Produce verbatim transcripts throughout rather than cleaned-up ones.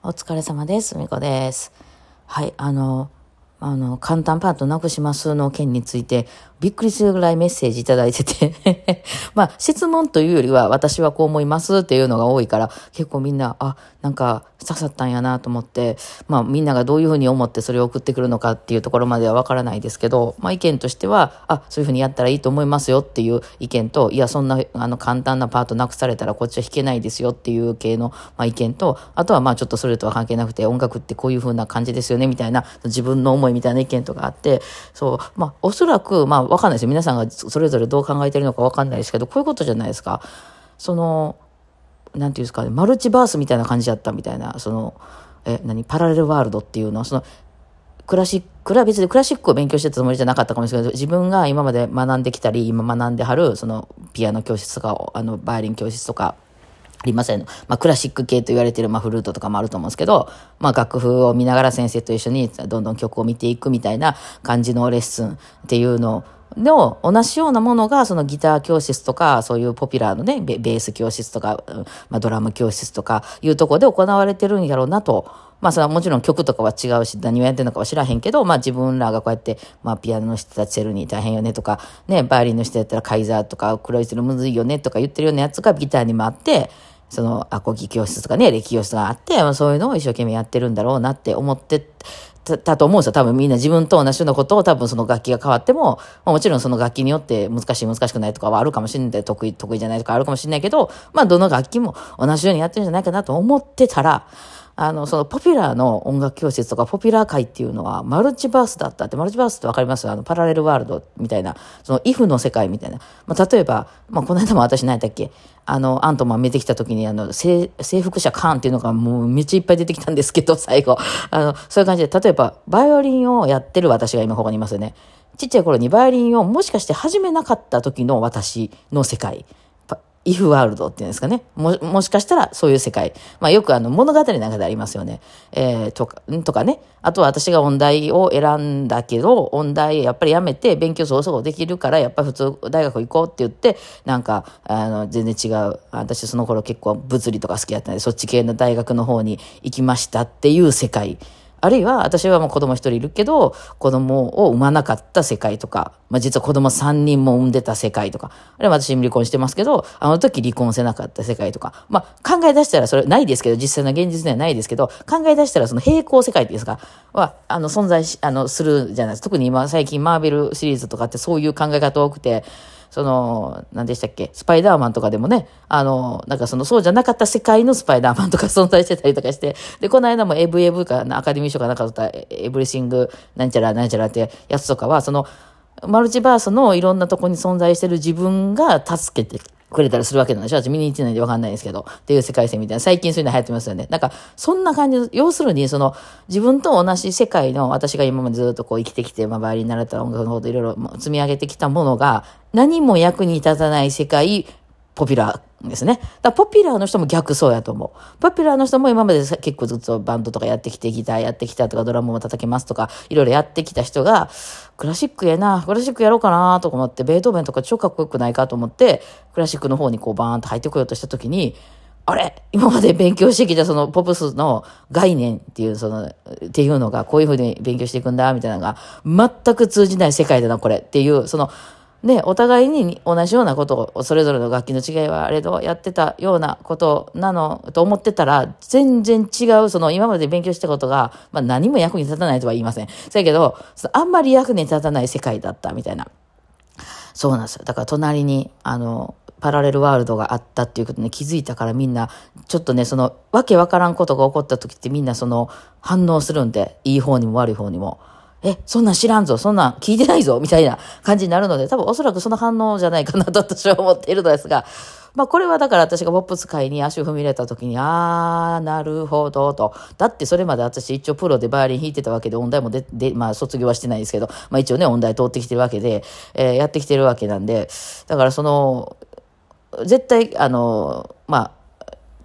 お疲れ様です。みこです。はい、あの、あの、簡単パートなくしますの件について、びっくりするぐらいメッセージいただいてて、まあ、質問というよりは、私はこう思いますっていうのが多いから、結構みんな、あ、なんか刺さったんやなと思って、まあ、みんながどういうふうに思ってそれを送ってくるのかっていうところまではわからないですけど、まあ、意見としては、あ、そういうふうにやったらいいと思いますよっていう意見と、いや、そんな、あの、簡単なパートなくされたらこっちは弾けないですよっていう系の、まあ、意見と、あとはまあ、ちょっとそれとは関係なくて、音楽ってこういうふうな感じですよね、みたいな、自分の思いみたいな意見とかあって、そう、まあ、おそらく、まあ、わかんないですよ。皆さんがそれぞれどう考えてるのかわかんないですけど、こういうことじゃないですか。その、なんていうんですかね、マルチバースみたいな感じだったみたいな、その、え、何、パラレルワールドっていうのは、その、クラシック、は別にクラシックを勉強してたつもりじゃなかったかもしれないけど、自分が今まで学んできたり、今学んではる、その、ピアノ教室とか、あの、バイオリン教室とか、ありません。まあ、クラシック系と言われている、まあ、フルートとかもあると思うんですけど、まあ、楽譜を見ながら先生と一緒にどんどん曲を見ていくみたいな感じのレッスンっていうのの同じようなものが、そのギター教室とか、そういうポピュラーのね、ベ、ベース教室とか、まあ、ドラム教室とかいうところで行われてるんやろうなと。まあ、それはもちろん曲とかは違うし、何をやってるのかは知らへんけど、まあ、自分らがこうやって、まあ、ピアノの人たちチェルニー大変よねとか、ね、バイオリンの人やったらカイザーとか、クロイツルむずいよねとか言ってるようなやつがギターにもあって、そのアコギ教室とかね、歴教室があって、そういうのを一生懸命やってるんだろうなって思ってた、たと思うんですよ。多分みんな自分と同じようなことを多分その楽器が変わっても、まあ、もちろんその楽器によって難しい難しくないとかはあるかもしれない。得意、得意じゃないとかあるかもしれないけど、まあどの楽器も同じようにやってるんじゃないかなと思ってたら、あの、そのポピュラーの音楽教室とかポピュラー界っていうのはマルチバースだったって、マルチバースってわかります？あの、パラレルワールドみたいな、そのイフの世界みたいな。まあ、例えば、まあ、この間も私何やったっけ？あの、アントマン見てきた時に、あの、征服者カーンっていうのがもうめっちゃいっぱい出てきたんですけど、最後。あの、そういう感じで、例えば、バイオリンをやってる私が今ここにいますよね。ちっちゃい頃にバイオリンをもしかして始めなかった時の私の世界。イフワールドっていうんですかね。も、もしかしたらそういう世界。まあよくあの物語なんかでありますよね。えー、とか、とかね。あとは私が音大を選んだけど、音大やっぱりやめて勉強そこそこできるから、やっぱり普通大学行こうって言って、なんか、あの、全然違う。私その頃結構物理とか好きだったので、そっち系の大学の方に行きましたっていう世界。あるいは、私はもう子供一人いるけど、子供を産まなかった世界とか、まあ実は子供三人も産んでた世界とか、あるいは私も離婚してますけど、あの時離婚せなかった世界とか、まあ考え出したらそれないですけど、実際の現実にはないですけど、考え出したらその平行世界っていうんですか、は、あの存在し、あの、するじゃないですか。特に今最近マーベルシリーズとかってそういう考え方多くて、その、何でしたっけ、スパイダーマンとかでもね、あの、なんかその、そうじゃなかった世界のスパイダーマンとか存在してたりとかして、で、この間もエブエブかな、アカデミー賞かなんか取ったエブリシング、なんちゃらなんちゃらってやつとかは、その、マルチバースのいろんなとこに存在してる自分が助けてくれたりするわけなんでしょ。私見に行ってないんでわかんないですけど。っていう世界線みたいな。最近そういうの流行ってますよね。なんか、そんな感じで、要するに、その、自分と同じ世界の、私が今までずっとこう生きてきて、まあ、バイオリンになれたら音楽のこといろいろ積み上げてきたものが、何も役に立たない世界、ポピュラーですね。だからポピュラーの人も逆そうやと思う。ポピュラーの人も今まで結構ずっとバンドとかやってきて、ギターやってきたとか、ドラムも叩けますとか、いろいろやってきた人が、クラシックやな、クラシックやろうかなとか思って、ベートーベンとか超かっこよくないかと思って、クラシックの方にこうバーンと入ってこようとしたときに、あれ今まで勉強してきたそのポプスの概念っていう、その、っていうのがこういうふうに勉強していくんだ、みたいなのが、全く通じない世界だな、これっていう、その、で、お互いに同じようなことを、それぞれの楽器の違いはあれど、やってたようなことなのと思ってたら、全然違う、その今まで勉強したことが、まあ何も役に立たないとは言いません。そやけど、あんまり役に立たない世界だったみたいな。そうなんですよ。だから隣に、あの、パラレルワールドがあったっていうことに気づいたからみんな、ちょっとね、その、わけわからんことが起こった時ってみんなその、反応するんで、いい方にも悪い方にも。え、そんなん知らんぞ、そんなん聞いてないぞ、みたいな感じになるので、多分おそらくその反応じゃないかなと私は思っているのですが、まあこれはだから私がポップス界に足を踏み入れた時に、あー、なるほど、と。だってそれまで私一応プロでバイオリン弾いてたわけで、音大もで、で、まあ卒業はしてないですけど、まあ一応ね、音大通ってきてるわけで、えー、やってきてるわけなんで、だからその、絶対、あの、まあ、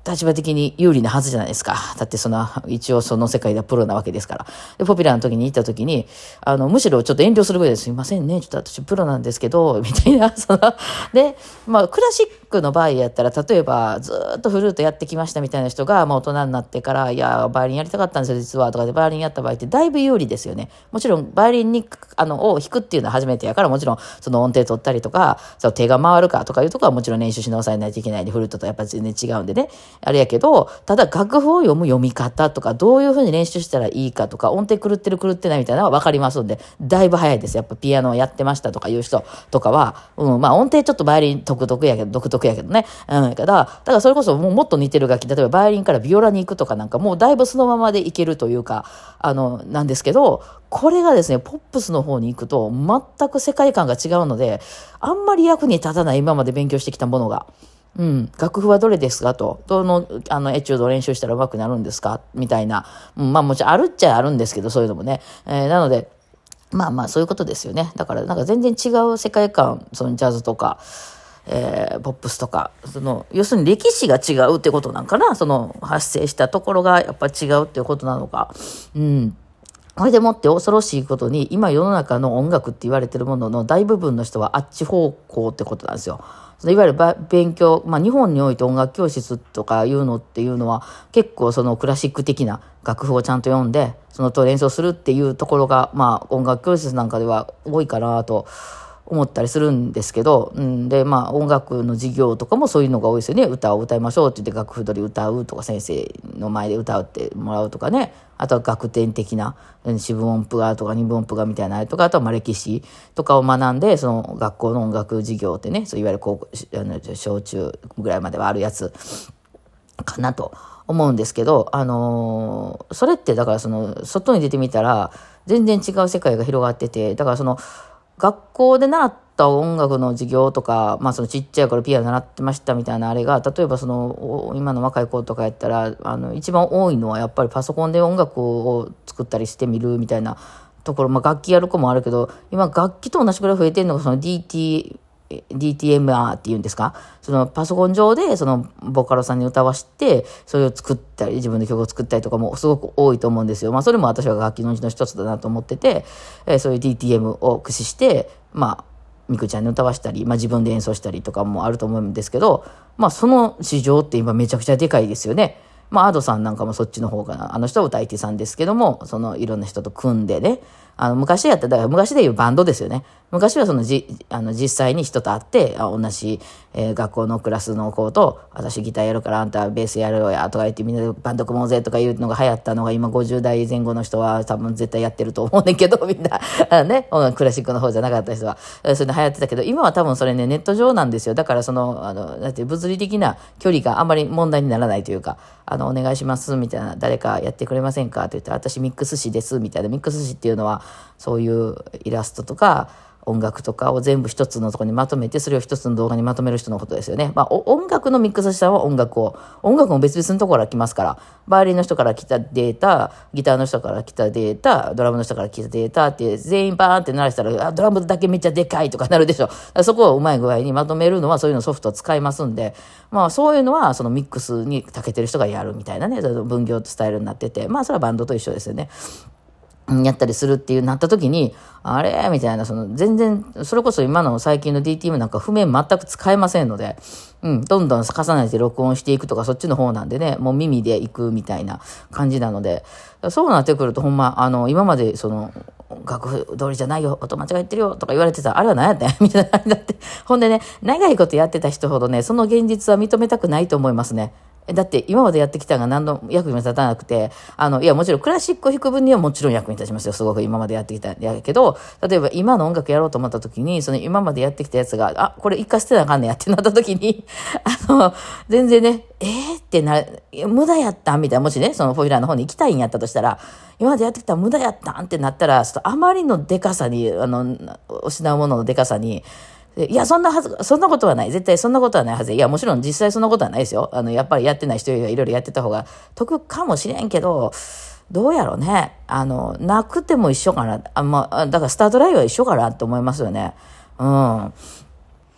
立場的に有利なはずじゃないですか。だってその、一応その世界ではプロなわけですから。で、ポピュラーの時に行った時に、あの、むしろちょっと遠慮するぐらいですいませんね、ちょっと私プロなんですけど、みたいな、その、で、まあ、クラシックの場合やったら、例えば、ずーっとフルートやってきましたみたいな人が、まあ、大人になってから、いや、バイオリンやりたかったんですよ、実は、とかで、バイオリンやった場合って、だいぶ有利ですよね。もちろん、バイオリンに、あの、を弾くっていうのは初めてやから、もちろん、その音程取ったりとか、その手が回るかとかいうところはもちろん練習し直さないといけないんで、フルートとやっぱり全然違うんでね。あれやけど、ただ楽譜を読む読み方とか、どういうふうに練習したらいいかとか、音程狂ってる狂ってないみたいなのは分かりますんで、だいぶ早いです。やっぱピアノをやってましたとかいう人とかは、うん、まあ音程ちょっとバイオリン独特やけど、独特やけどね。うん、だから、だからそれこそもうもっと似てる楽器、例えばバイオリンからビオラに行くとかなんか、もうだいぶそのままでいけるというか、あの、なんですけど、これがですね、ポップスの方に行くと、全く世界観が違うので、あんまり役に立たない、今まで勉強してきたものが。うん、楽譜はどれですかと、どの、あの、エチュードを練習したら上手くなるんですかみたいな。うん、まあもちろんあるっちゃあるんですけど、そういうのもね。えー、なので、まあまあそういうことですよね。だからなんか全然違う世界観、そのジャズとか、えー、ポップスとか、その、要するに歴史が違うってことなんかな、その発生したところがやっぱ違うっていうことなのか。うん。それでもって恐ろしいことに、今世の中の音楽って言われてるものの大部分の人はあっち方向ってことなんですよ。いわゆる勉強、まあ日本において音楽教室とかいうのっていうのは結構そのクラシック的な楽譜をちゃんと読んで、そのと演奏するっていうところが、まあ音楽教室なんかでは多いかなと思ったりするんですけど、うん、で、まあ音楽の授業とかもそういうのが多いですよね。歌を歌いましょうって言って楽譜取り歌うとか、先生の前で歌ってもらうとかね。あとは楽典的な四分音符がとか二分音符がみたいなとか、あとはまあ歴史とかを学んで、その学校の音楽授業ってね、そういわゆる高校、あの小中ぐらいまではあるやつかなと思うんですけど、あのー、それってだからその外に出てみたら全然違う世界が広がってて、だからその学校で習った音楽の授業とか、まあそのちっちゃい頃ピアノ習ってましたみたいなあれが、例えばその今の若い子とかやったら、あの一番多いのはやっぱりパソコンで音楽を作ったりしてみるみたいなところ、まあ楽器やる子もあるけど、今楽器と同じくらい増えてるのがその ディーティー、ディーティーエムアール っていうんですか、そのパソコン上でそのボカロさんに歌わして、それを作ったり、自分で曲を作ったりとかもすごく多いと思うんですよ。まあそれも私は楽器のうちの一つだなと思ってて、えー、そういう ディーティーエム を駆使して、まあ、みくちゃんに歌わしたり、まあ自分で演奏したりとかもあると思うんですけど、まあその市場って今めちゃくちゃでかいですよね。まあアドさんなんかもそっちの方かな。あの人は歌い手さんですけども、そのいろんな人と組んでね、あの昔やったら、だから昔でいうバンドですよね。昔はそのじ、あの実際に人と会って、あ同じ、えー、学校のクラスの子と、私ギターやるからあんたベースやるよや、とか言ってみんなでバンド組もうぜとかいうのが流行ったのが今ごじゅう代前後の人は多分絶対やってると思うねんけど、みんな、あのね、クラシックの方じゃなかった人は、そういうの流行ってたけど、今は多分それね、ネット上なんですよ。だからその、あの、だって物理的な距離があんまり問題にならないというか、あの、お願いします、みたいな、誰かやってくれませんかって言って、私ミックス師です、みたいな。ミックス師っていうのは、そういうイラストとか音楽とかを全部一つのところにまとめて、それを一つの動画にまとめる人のことですよね。まあ、音楽のミックスしたは音楽を、音楽も別々のところから来ますから、バイオリンの人から来たデータ、ギターの人から来たデータ、ドラムの人から来たデータって、全員バーンって鳴らしたら、あ、ドラムだけめっちゃでかいとかなるでしょ。そこをうまい具合にまとめるのはそういうのソフトを使いますんで、まあそういうのはそのミックスに長けてる人がやるみたいなね、分業スタイルになってて、まあそれはバンドと一緒ですよね。やったりするっていうなった時に、あれみたいな、その全然、それこそ今の最近の ディーティーエム なんか譜面全く使えませんので、うん、どんどん重ねて録音していくとかそっちの方なんでね、もう耳で行くみたいな感じなので、そうなってくるとほんま、あの、今までその、楽譜通りじゃないよ、音間違えてるよとか言われてた、あれは何やったんやみたいな感じになって、ほんでね、長いことやってた人ほどね、その現実は認めたくないと思いますね。だって今までやってきたのが何の役にも立たなくて、あの、いやもちろんクラシックを弾く分にはもちろん役に立ちますよ。すごく今までやってきたんやけど、例えば今の音楽やろうと思った時に、その今までやってきたやつが、あ、これ一回捨てなあかんねやってなった時に、あの、全然ね、えーってな、無駄やったんみたいな、もしね、そのポピュラーの方に行きたいんやったとしたら、今までやってきたら無駄やったんってなったら、ちょっとあまりのデカさに、あの、失うもののデカさに、いや、そんなはず、そんなことはない。絶対そんなことはないはず。いや、もちろん実際そんなことはないですよ。あの、やっぱりやってない人よりはいろいろやってた方が得かもしれんけど、どうやろうね。あの、なくても一緒かな。あ、まあ、だからスタートラインは一緒かなって思いますよね。うん。っ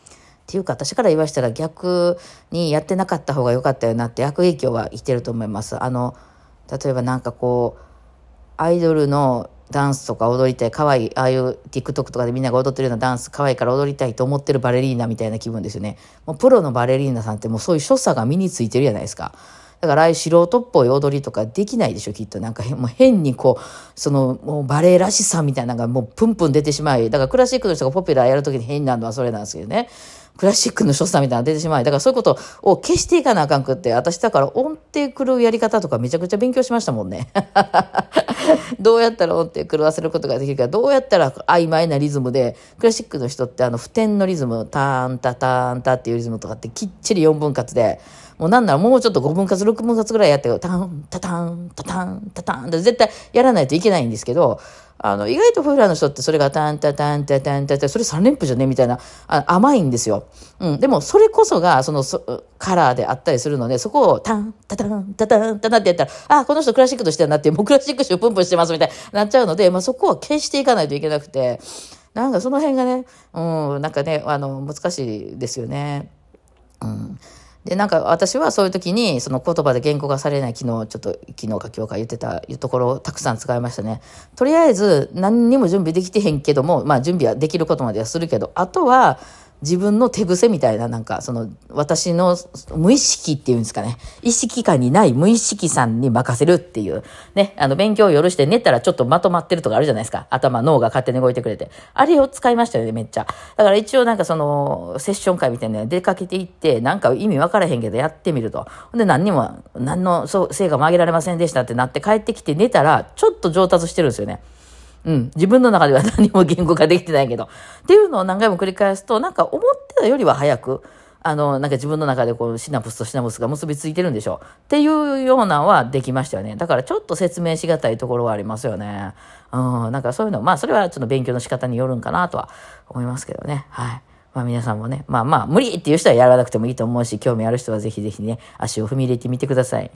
ていうか、私から言わしたら逆にやってなかった方が良かったよなって悪影響は生きてると思います。あの、例えばなんかこう、アイドルのダンスとか踊りたい、可愛い、ああいう TikTok とかでみんなが踊ってるようなダンス、可愛いから踊りたいと思ってるバレリーナみたいな気分ですよね。もうプロのバレリーナさんってもうそういう所作が身についてるじゃないですか。だからああいう素人っぽい踊りとかできないでしょ、きっと。なんかもう変にこう、そのもうバレエらしさみたいなのがもうプンプン出てしまい、だからクラシックの人がポピュラーやるときに変になるのはそれなんですけどね。クラシックの所作みたいなの出てしまい、だからそういうことを消していかなあかんくって、私だから音程狂うやり方とかめちゃくちゃ勉強しましたもんね。どうやったら音程狂わせることができるか、どうやったら曖昧なリズムで、クラシックの人ってあの普天のリズム、ターンタターンタっていうリズムとかってきっちりよんぶん割で、もうなんならもうちょっとごぶん割、ろくぶん割ぐらいやって、タンタタンタタンタタンって絶対やらないといけないんですけど、あの、意外とフラの人ってそれがタンタタンタタンタタン、それさん連符じゃねみたいな、あ甘いんですよ。うん。でも、それこそが、その、そカラーであったりするので、そこをタンタタンタタンタタンってやったら、あ、この人クラシックとしてるなって、もうクラシック集プンプンしてますみたいになっちゃうので、まあそこは消していかないといけなくて、なんかその辺がね、うん、なんかね、あの、難しいですよね。うん。で、なんか私はそういう時に、その言葉で言語化されない昨日、ちょっと昨日か今日か言ってたいうところをたくさん使いましたね。とりあえず何にも準備できてへんけども、まあ準備はできることまではするけど、あとは自分の手癖みたいな、なんかその私の無意識っていうんですかね、意識下にない無意識さんに任せるっていうね、あの勉強を夜して寝たらちょっとまとまってるとかあるじゃないですか。頭、脳が勝手に動いてくれて。あれを使いましたよね、めっちゃ。だから一応なんかそのセッション会みたいなの出かけていって、なんか意味わからへんけどやってみると。で、何にも、何の成果も上げられませんでしたってなって帰ってきて寝たら、ちょっと上達してるんですよね。うん。自分の中では何も言語化できてないけど。っていうのを何回も繰り返すと、なんか思ってたよりは早く、あの、なんか自分の中でこうシナプスとシナプスが結びついてるんでしょう。っていうようなのはできましたよね。だからちょっと説明しがたいところはありますよね。うん。なんかそういうの、まあそれはちょっと勉強の仕方によるんかなとは思いますけどね。はい。まあ皆さんもね、まあまあ無理っていう人はやらなくてもいいと思うし、興味ある人はぜひぜひね、足を踏み入れてみてください。